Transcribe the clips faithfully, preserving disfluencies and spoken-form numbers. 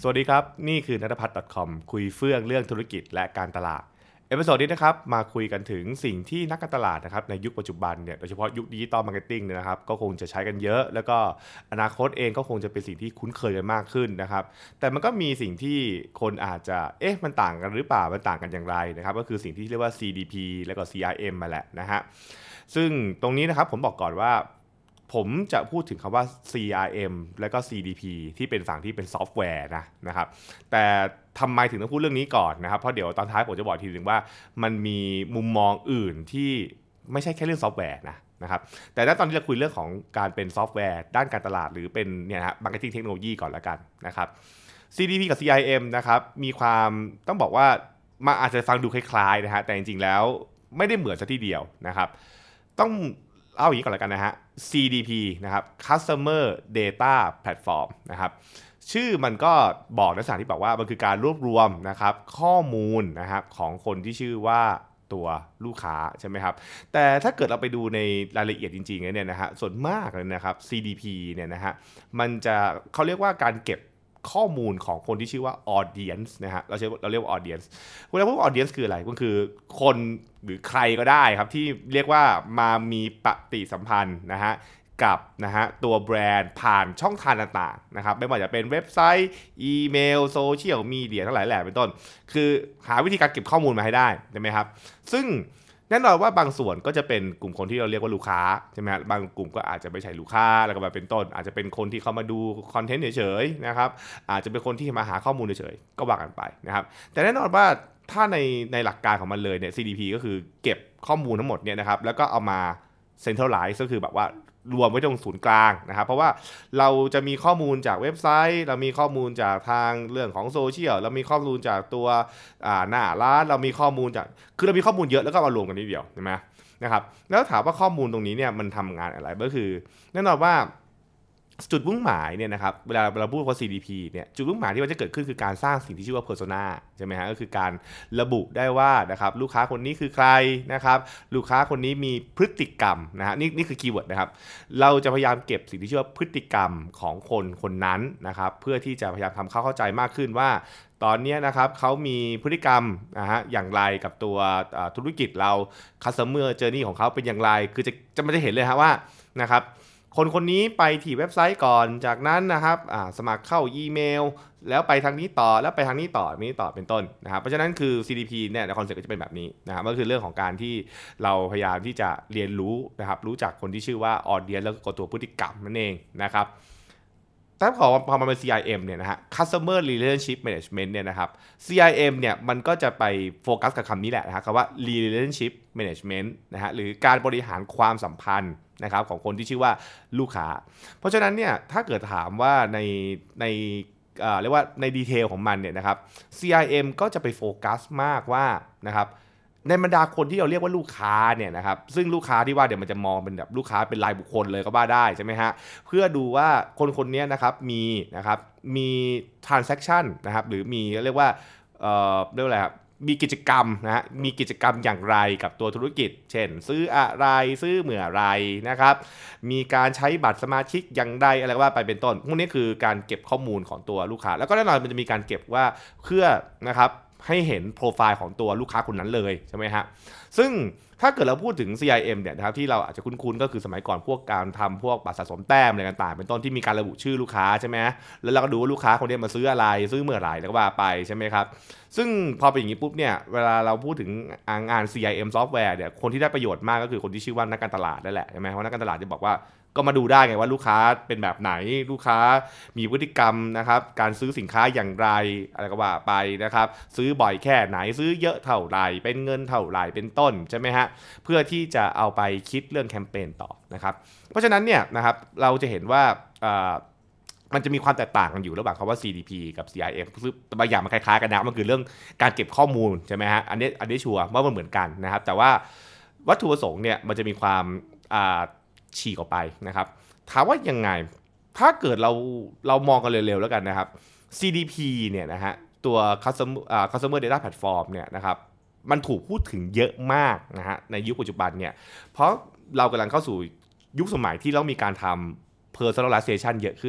สวัสดีครับนี่คือนัทพัฒน์ .com คุยเฟื่องเรื่องธุรกิจและการตลาดเอพิโซดนี้นะครับมาคุยกันถึงสิ่งที่นักการตลาดนะครับในยุคปัจจุบันเนี่ยโดยเฉพาะยุคดิจิตอลมาร์เก็ตติ้งเนี่ยนะครับก็คงจะใช้กันเยอะแล้วก็อนาคตเองก็คงจะเป็นสิ่งที่คุ้นเคยกันมากขึ้นนะครับแต่มันก็มีสิ่งที่คนอาจจะเอ๊ะมันต่างกันหรือเปล่ามันต่างกันอย่างไรนะครับก็คือสิ่งที่เรียกว่า ซี ดี พี แล้วก็ ซี อาร์ เอ็ม มาแหละนะฮะซึ่งตรงนี้นะครับผมบอกก่อนว่าผมจะพูดถึงคำว่า ซี อาร์ เอ็ม และก็ ซี ดี พี ที่เป็นฝั่งที่เป็นซอฟต์แวร์นะนะครับแต่ทำไมถึงต้องพูดเรื่องนี้ก่อนนะครับเพราะเดี๋ยวตอนท้ายผมจะบอกทีนึงว่ามันมีมุมมองอื่นที่ไม่ใช่แค่เรื่องซอฟต์แวร์นะนะครับแต่ณตอนนี้เราคุยเรื่องของการเป็นซอฟต์แวร์ด้านการตลาดหรือเป็นเนี่ยฮะ marketing technology ก่อนละกันนะครับ ซี ดี พี กับ ซี ไอ เอ็ม นะครับมีความต้องบอกว่ามาอาจจะฟังดูคล้ายๆนะฮะแต่จริงๆแล้วไม่ได้เหมือนซะทีเดียวนะครับต้องเอาอย่างนี้ก่อนละกันนะฮะ ซี ดี พี นะครับ Customer Data Platform นะครับชื่อมันก็บอกในสถานที่บอกว่ามันคือการรวบรวมนะครับข้อมูลนะครับของคนที่ชื่อว่าตัวลูกค้าใช่ไหมครับแต่ถ้าเกิดเราไปดูในรายละเอียดจริงๆเนี่ยนะฮะส่วนมากเลยนะครับ ซี ดี พี เนี่ยนะฮะมันจะเขาเรียกว่าการเก็บข้อมูลของคนที่ชื่อว่า audience นะฮะเราใช้เราเรียกว่า audience เวลาพูดว่า audience คืออะไรก็คือคนหรือใครก็ได้ครับที่เรียกว่ามามีปฏิสัมพันธ์นะฮะกับนะฮะตัวแบรนด์ผ่านช่องทางต่างๆนะครับไม่ว่าจะเป็นเว็บไซต์อีเมลโซเชียลมีเดียทั้งหลายแหล่เป็นต้นคือหาวิธีการเก็บข้อมูลมาให้ได้ใช่ไหมครับซึ่งแน่นอนว่าบางส่วนก็จะเป็นกลุ่มคนที่เราเรียกว่าลูกค้าใช่ไหมบางกลุ่มก็อาจจะไม่ใช่ลูกค้าแล้วก็มาเป็นต้นอาจจะเป็นคนที่เขามาดูคอนเทนต์เฉยๆนะครับอาจจะเป็นคนที่มาหาข้อมูลเฉยๆก็ว่ากันไปนะครับแต่แน่นอนว่าถ้าในในหลักการของมันเลยเนี่ย ซี ดี พี ก็คือเก็บข้อมูลทั้งหมดเนี่ยนะครับแล้วก็เอามา centralize ก็คือแบบว่ารวมไว้ตรงศูนย์กลางนะครับเพราะว่าเราจะมีข้อมูลจากเว็บไซต์เรามีข้อมูลจากทางเรื่องของโซเชียลเรามีข้อมูลจากตัวหน้าร้านเรามีข้อมูลจากคือเรามีข้อมูลเยอะแล้วก็มารวมกันนิดเดียวใช่ไหมนะครับแล้วถามว่าข้อมูลตรงนี้เนี่ยมันทำงานอะไรก็คือแน่นอนว่าจุดมุ่งหมายเนี่ยนะครับเวลาเราพูดว่า ซี ดี พี เนี่ยจุดมุ่งหมายที่มันจะเกิดขึ้นคือการสร้างสิ่งที่ชื่อว่า persona ใช่ไหมฮะก็คือการระบุได้ว่านะครับลูกค้าคนนี้คือใครนะครับลูกค้าคนนี้มีพฤติกรรมนะฮะนี่นี่คือคีย์เวิร์ดนะครับเราจะพยายามเก็บสิ่งที่ชื่อว่าพฤติกรรมของคนคนนั้นนะครับเพื่อที่จะพยายามทำเข้าใจมากขึ้นว่าตอนนี้นะครับเขามีพฤติกรรมนะฮะอย่างไรกับตัวธุรกิจเรา customer journey ของเขาเป็นอย่างไรคือจะจะไม่ได้เห็นเลยฮะว่านะครับคนคนนี้ไปที่เว็บไซต์ก่อนจากนั้นนะครับสมัครเข้าอีเมลแล้วไปทางนี้ต่อแล้วไปทางนี้ต่อนี้ต่อเป็นต้นนะครับเพราะฉะนั้นคือ ซี ดี พี เนี่ยคอนเซ็ปต์ก็จะเป็นแบบนี้นะครับก็คือเรื่องของการที่เราพยายามที่จะเรียนรู้นะครับรู้จักคนที่ชื่อว่า audience แล้วก็ตัวพฤติกรรมนั่นเองนะครับถ้าพอพอมาเป็น ซี ไอ เอ็ม เนี่ยนะฮะ Customer Relationship Management เนี่ยนะครับ ซี ไอ เอ็ม เนี่ยมันก็จะไปโฟกัสกับคำนี้แหละนะคำว่า Relationship Management นะฮะหรือการบริหารความสัมพันธ์นะครับของคนที่ชื่อว่าลูกค้าเพราะฉะนั้นเนี่ยถ้าเกิดถามว่าในในเอ่อเรียกว่าในดีเทลของมันเนี่ยนะครับ ซี ไอ เอ็ม ก็จะไปโฟกัสมากว่านะครับในบรรดาคนที่เราเรียกว่าลูกค้าเนี่ยนะครับซึ่งลูกค้าที่ว่าเดี๋ยวมันจะมองเป็นแบบลูกค้าเป็นรายบุคคลเลยก็ว่าได้ใช่ไหมฮะเพื่อดูว่าคนคนนี้นะครับมีนะครับมี transaction นะครับหรือมีเรียกว่าเอ่อเรียกว่าอะไรครับมีกิจกรรมนะฮะมีกิจกรรมอย่างไรกับตัวธุรกิจเช่นซื้ออะไรซื้อเมื่อไรนะครับมีการใช้บัตรสมาชิกอย่างใดอะไรก็ว่าไปเป็นต้นพวกนี้คือการเก็บข้อมูลของตัวลูกค้าแล้วก็แน่นอนมันจะมีการเก็บว่าเพื่อนะครับให้เห็นโปรไฟล์ของตัวลูกค้าคนนั้นเลยใช่ไหมฮะซึ่งถ้าเกิดเราพูดถึง ซี ไอ เอ็ม เนี่ยนะครับที่เราอาจจะคุ้นๆก็คือสมัยก่อนพวกการทำพวกบัตรสะสมแต้มอะไรต่างๆเป็นต้นที่มีการระบุชื่อลูกค้าใช่ไหมแล้วเราก็ดูว่าลูกค้าคนนี้มาซื้ออะไรซื้อเมื่อไหร่แล้วก็ว่าไปใช่ไหมครับซึ่งพอเป็นอย่างนี้ปุ๊บเนี่ยเวลาเราพูดถึงงาน ซี ไอ เอ็ม Software เนี่ยคนที่ได้ประโยชน์มากก็คือคนที่ชื่อว่านักการตลาดนั่นแหละใช่ไหมเพราะนักการตลาดจะบอกว่าก็มาดูได้ไงว่าลูกค้าเป็นแบบไหนลูกค้ามีพฤติกรรมนะครับการซื้อสินค้าอย่างไรอะไรก็ว่าไปนะครับซื้อบ่อยแค่ไหนซื้อเยอะเท่าไหร่เป็นเงินเท่าไหร่เป็นต้นใช่ไหมฮะเพื่อที่จะเอาไปคิดเรื่องแคมเปญต่อนะครับเพราะฉะนั้นเนี่ยนะครับเราจะเห็นว่ามันจะมีความแตกต่างกันอยู่ระหว่างคำว่า ซี ดี พี กับ ซี ไอ เอ็ม คือบางอย่างมันคล้ายๆกันนะมันคือเรื่องการเก็บข้อมูลใช่ไหมฮะอันนี้อันนี้ชัวร์ว่ามันเหมือนกันนะครับแต่ว่าวัตถุประสงค์เนี่ยมันจะมีความฉีกออกไปนะครับถามว่ายังไงถ้าเกิดเราเรามองกันเร็วๆแล้วกันนะครับ ซี ดี พี เนี่ยนะฮะตัว customer customer data platform เนี่ยนะครับมันถูกพูดถึงเยอะมากนะฮะในยุคปัจจุบันเนี่ยเพราะเรากำลังเข้าสู่ยุคสมัยที่เรามีการทำ personalization เยอะขึ้น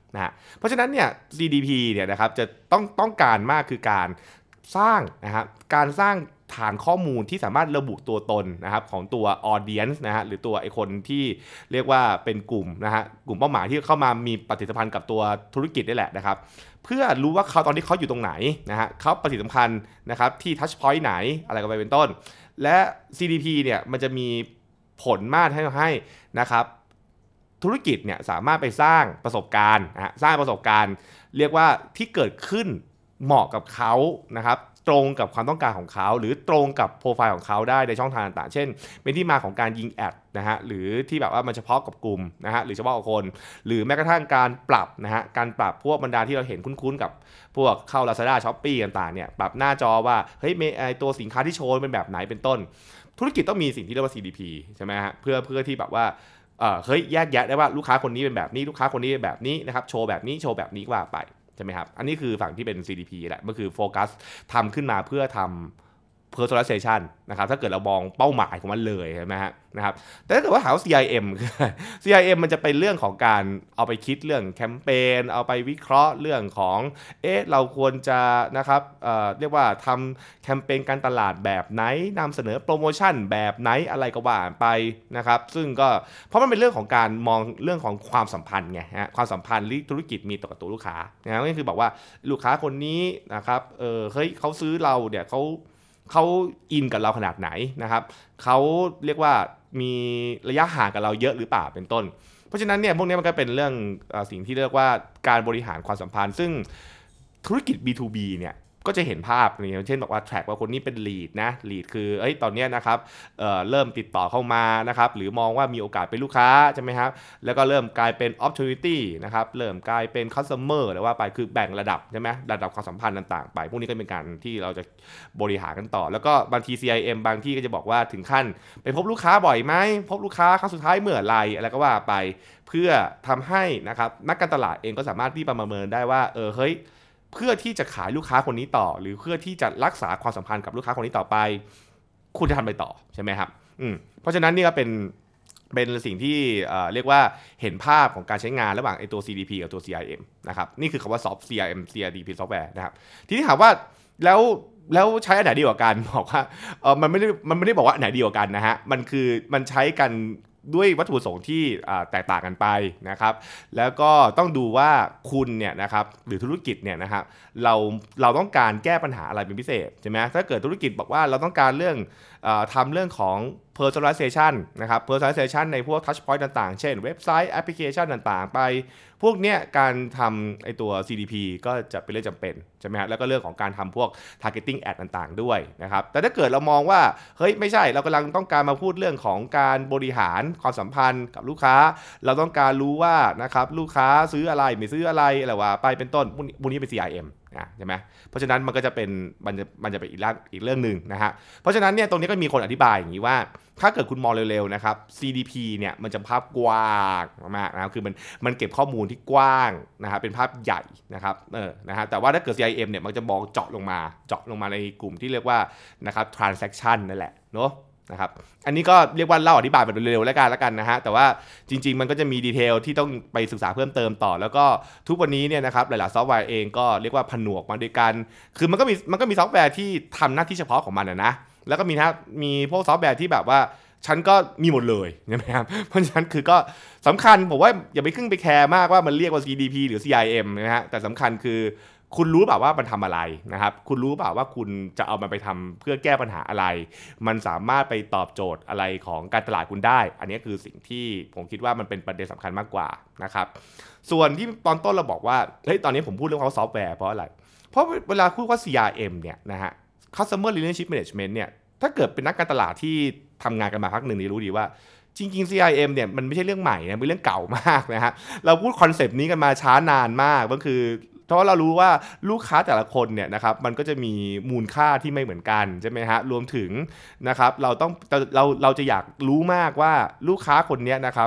นะฮะเพราะฉะนั้นเนี่ย ซี ดี พี เนี่ยนะครับจะต้องต้องการมากคือการสร้างนะครับการสร้างฐานข้อมูลที่สามารถระบุตัวตนนะครับของตัว audience นะฮะหรือตัวไอคนที่เรียกว่าเป็นกลุ่มนะฮะกลุ่มเป้าหมายที่เข้ามามีปฏิสัมพันธ์กับตัวธุรกิจนี่แหละนะครับเพื่อรู้ว่าเขาตอนนี้เขาอยู่ตรงไหนนะฮะเขาปฏิสัมพันธ์นะครับที่ touch point ไหนอะไรก็ไปเป็นต้นและ ซี ดี พี เนี่ยมันจะมีผลมากให้ให้นะครับธุรกิจเนี่ยสามารถไปสร้างประสบการณ์นะฮะสร้างประสบการณ์เรียกว่าที่เกิดขึ้นเหมาะกับเขานะครับตรงกับความต้องการของเขาหรือตรงกับโปรไฟล์ของเขาได้ในช่องทางต่างๆเช่นเป็นที่มาของการยิงแอดนะฮะหรือที่แบบว่ามันเฉพาะกับกลุ่มนะฮะหรือเฉพาะกับคนหรือแม้กระทั่งการปรับนะฮะการปรับพวกบรรดาที่เราเห็นคุ้นๆกับพวกเข้า Lazada Shopee ต่างๆเนี่ยปรับหน้าจอว่าเฮ้ยไอตัวสินค้าที่โชว์เป็นแบบไหนเป็นต้นธุรกิจต้องมีสิ่งที่เรียกว่า ซี ดี พี ใช่ไหมฮะเพื่อเพื่อที่แบบว่าเออเฮ้ยแยกแยะได้ว่าลูกค้าคนนี้เป็นแบบนี้ลูกค้าคนนี้เป็นแบบนี้นะครับโชว์แบบนี้โชว์แบบนี้ว่าไปใช่ไหมครับอันนี้คือฝั่งที่เป็น ซี ดี พี แหละมันคือโฟกัสทำขึ้นมาเพื่อทำ personalization นะครับถ้าเกิดเรามองเป้าหมายของมันเลยใช่ไหมฮะนะครับแต่ถ้าเกิดว่าหา ซี ไอ เอ็ม ซี ไอ เอ็ม มันจะเป็นเรื่องของการเอาไปคิดเรื่องแคมเปญเอาไปวิเคราะห์เรื่องของเอ๊ะเราควรจะนะครับเอ่อเรียกว่าทำแคมเปญการตลาดแบบไหนนำเสนอโปรโมชั่นแบบไหนอะไรก็ว่าไปนะครับซึ่งก็เพราะมันเป็นเรื่องของการมองเรื่องของความสัมพันธ์ไงฮะความสัมพันธ์ที่ธุรกิจมีต่อตัวลูกค้านะก็คือบอกว่าลูกค้าคนนี้นะครับเออเฮ้ยเขาซื้อเราเนี่ยเขาเขาอินกับเราขนาดไหนนะครับเขาเรียกว่ามีระยะห่างกับเราเยอะหรือเปล่าเป็นต้นเพราะฉะนั้นเนี่ยพวกนี้มันก็เป็นเรื่องเอ่อสิ่งที่เรียกว่าการบริหารความสัมพันธ์ซึ่งธุรกิจ บี ทู บี เนี่ยก็จะเห็นภาพอย่างเช่นบอกว่า track ว่าคนนี้เป็น lead นะ lead คือเอ้ยตอนนี้นะครับเอ่อเริ่มติดต่อเข้ามานะครับหรือมองว่ามีโอกาสเป็นลูกค้าใช่ไหมครับแล้วก็เริ่มกลายเป็น opportunity นะครับเริ่มกลายเป็น customer หรือว่าไปคือแบ่งระดับใช่ไหมระดับความสัมพันธ์ต่างๆไปพวกนี้ก็เป็นการที่เราจะบริหารกันต่อแล้วก็บางที ซี ไอ เอ็ม บางที่ก็จะบอกว่าถึงขั้นไปพบลูกค้าบ่อยไหมพบลูกค้าครั้งสุดท้ายเมื่อไรอะไรก็ว่าไปเพื่อทำให้นะครับนักการตลาดเองก็สามารถที่ประเมินได้ว่าเออเฮ้ยเพื่อที่จะขายลูกค้าคนนี้ต่อหรือเพื่อที่จะรักษาความสัมพันธ์กับลูกค้าคนนี้ต่อไปคุณจะทำอะไรต่อใช่ไหมครับอืมเพราะฉะนั้นนี่ก็เป็นเป็นสิ่งที่เอ่อเรียกว่าเห็นภาพของการใช้งานระหว่างไอ้ตัว ซี ดี พี กับตัว ซี ไอ เอ็ม นะครับนี่คือคำว่า soft ซี ไอ เอ็ม ซี ดี พี software นะครับทีนี้ถามว่าแล้วแล้วใช้อันไหนดีกว่ากันบอกว่าเออมันไม่ได้มันไม่ได้บอกว่าอันไหนดีกว่ากันนะฮะมันคือมันใช้กันด้วยวัตถุประสงค์ที่แตกต่างกันไปนะครับแล้วก็ต้องดูว่าคุณเนี่ยนะครับหรือธุรกิจเนี่ยนะครับเราเราต้องการแก้ปัญหาอะไรเป็นพิเศษใช่ไหมถ้าเกิดธุรกิจบอกว่าเราต้องการเรื่องเอ่อทำเรื่องของ personalization นะครับ personalization ในพวก touch point ต่างๆเช่นเว็บไซต์แอปพลิเคชันต่างๆไปพวกเนี้ยการทำไอตัว ซี ดี พี ก็จะเป็นเรื่องจำเป็นใช่ไหมฮะแล้วก็เรื่องของการทำพวก targeting ad ต่างๆด้วยนะครับแต่ถ้าเกิดเรามองว่าเฮ้ยไม่ใช่เรากำลังต้องการมาพูดเรื่องของการบริหารความสัมพันธ์กับลูกค้าเราต้องการรู้ว่านะครับลูกค้าซื้ออะไรไม่ซื้ออะไรอะไรว่าไปเป็นต้นพวกนี้เป็น ซี ไอ เอ็ม นะใช่ไหมเพราะฉะนั้นมันก็จะเป็นมันจะมันจะเป็นอีกเรื่องอีกเรื่องนึงนะฮะเพราะฉะนั้นเนี่ยตรงนี้ก็มีคนอธิบายอย่างนี้ว่าถ้าเกิดคุณมองเร็วๆนะครับ ซี ดี พี เนี่ยมันจะภาพกว้างมากๆนะครับคือมันมันเก็บข้อมูลที่กว้างนะครับเป็นภาพใหญ่นะครับเออนะฮะแต่ว่าถ้าเกิด ซี ไอ เอ็ม เนี่ยมันจะมองเจาะลงมาเจาะลงมาในกลุ่มที่เรียกว่านะครับ transaction นั่นแหละเนาะนะครับอันนี้ก็เรียกว่าเล่าอธิบายแบบเร็วๆแล้วกันแล้วกันนะฮะแต่ว่าจริงๆมันก็จะมีดีเทลที่ต้องไปศึกษาเพิ่มเติมต่อแล้วก็ทุกวันนี้เนี่ยนะครับหลายๆซอฟต์แวร์เองก็เรียกว่าผนวกมาด้วยกันคือมันก็มีมันก็มีซอฟต์แวร์ที่ทำหน้าที่เฉพาะของมันนะนะแล้วก็มีนะมีพวกซอฟต์แวร์ที่แบบว่าฉันก็มีหมดเลยใช่ไหมครับเพราะฉะนั้นคือก็สำคัญผมว่าอย่าไปขึ้นไปแคร์มากว่ามันเรียกว่า ซี ดี พี หรือ ซี ไอ เอ็ม นะฮะแต่สำคัญคือคุณรู้เปล่าว่ามันทำอะไรนะครับคุณรู้เปล่าว่าคุณจะเอามันไปทำเพื่อแก้ปัญหาอะไรมันสามารถไปตอบโจทย์อะไรของการตลาดคุณได้อันนี้คือสิ่งที่ผมคิดว่ามันเป็นประเด็นสำคัญมากกว่านะครับส่วนที่ตอนต้นเราบอกว่าเฮ้ยตอนนี้ผมพูดเรื่องของซอฟต์แวร์เพราะอะไรเพราะเวลาพูดว่า ซี อาร์ เอ็ม เนี่ยนะฮะ Customer Relationship Management เนี่ยถ้าเกิดเป็นนักการตลาดที่ทำงานกันมาพักหนึ่งนี่รู้ดีว่าจริงๆ ซี ไอ เอ็ม เนี่ยมันไม่ใช่เรื่องใหม่นะเป็นเรื่องเก่ามากนะฮะเราพูดคอนเซปต์นี้กันมาช้านานมากก็คือเพราะเรารู้ว่าลูกค้าแต่ละคนเนี่ยนะครับมันก็จะมีมูลค่าที่ไม่เหมือนกันใช่ไหมฮะรวมถึงนะครับเราต้องเราเราจะอยากรู้มากว่าลูกค้าคนนี้นะครับ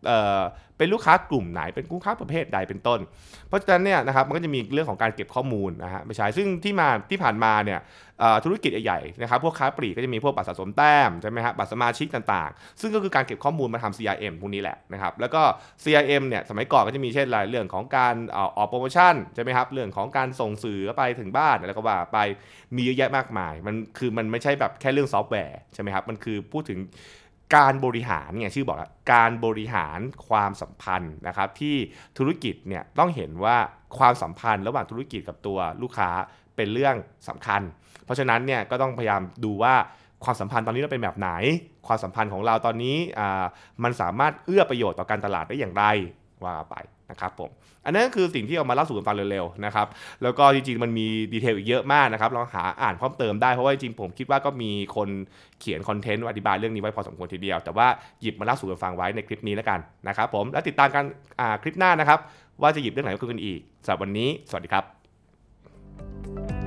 เอ่อเป็นลูกค้ากลุ่มไหนเป็นลูกค้าประเภทใดเป็นต้นเพราะฉะนั้นเนี่ยนะครับมันก็จะมีเรื่องของการเก็บข้อมูลนะฮะไม่ใช่ซึ่งที่มาที่ผ่านมาเนี่ยธุรกิจใหญ่ๆนะครับพวกค้าปลีกก็จะมีพวกบัตรสะสมแต้มใช่ไหมฮะบัตรสมาชิกต่างๆซึ่งก็คือการเก็บข้อมูลมาทำ ซี อาร์ เอ็ม พวกนี้แหละนะครับแล้วก็ ซี อาร์ เอ็ม เนี่ยสมัยก่อนก็จะมีเช่นอะไรเรื่องของการออกโปรโมชั่นใช่ไหมครับเรื่องของการส่งสื่อไปถึงบ้านแล้วก็ว่าไปมีเยอะแยะมากมายมันคือมันไม่ใช่แบบแค่เรื่องซอฟต์แวร์ใช่ไหมครับมันคือพูดถึงการบริหารเนี่ยชื่อบอกแล้วการบริหารความสัมพันธ์นะครับที่ธุรกิจเนี่ยต้องเห็นว่าความสัมพันธ์ระหว่างธุรกิจกับตัวลูกค้าเป็นเรื่องสำคัญเพราะฉะนั้นเนี่ยก็ต้องพยายามดูว่าความสัมพันธ์ตอนนี้เราเป็นแบบไหนความสัมพันธ์ของเราตอนนี้อ่ามันสามารถเอื้อประโยชน์ต่อการตลาดได้อย่างไรว่าไปนะครับผมอันนั้นคือสิ่งที่เอามาเล่าสู่กันฟังเร็วๆนะครับแล้วก็จริงๆมันมีดีเทลอีกเยอะมากนะครับลองหาอ่านเพิ่มเติมได้เพราะว่าจริงๆผมคิดว่าก็มีคนเขียนคอนเทนต์อธิบายเรื่องนี้ไว้พอสมควรทีเดียวแต่ว่าหยิบมาเล่าสู่กันฟังไว้ในคลิปนี้แล้วกันนะครับผมและติดตามกันอ่าคลิปหน้านะครับว่าจะหยิบเรื่องไหนมาคุยกันอีกสำหรับวันนี้สวัสดีครับ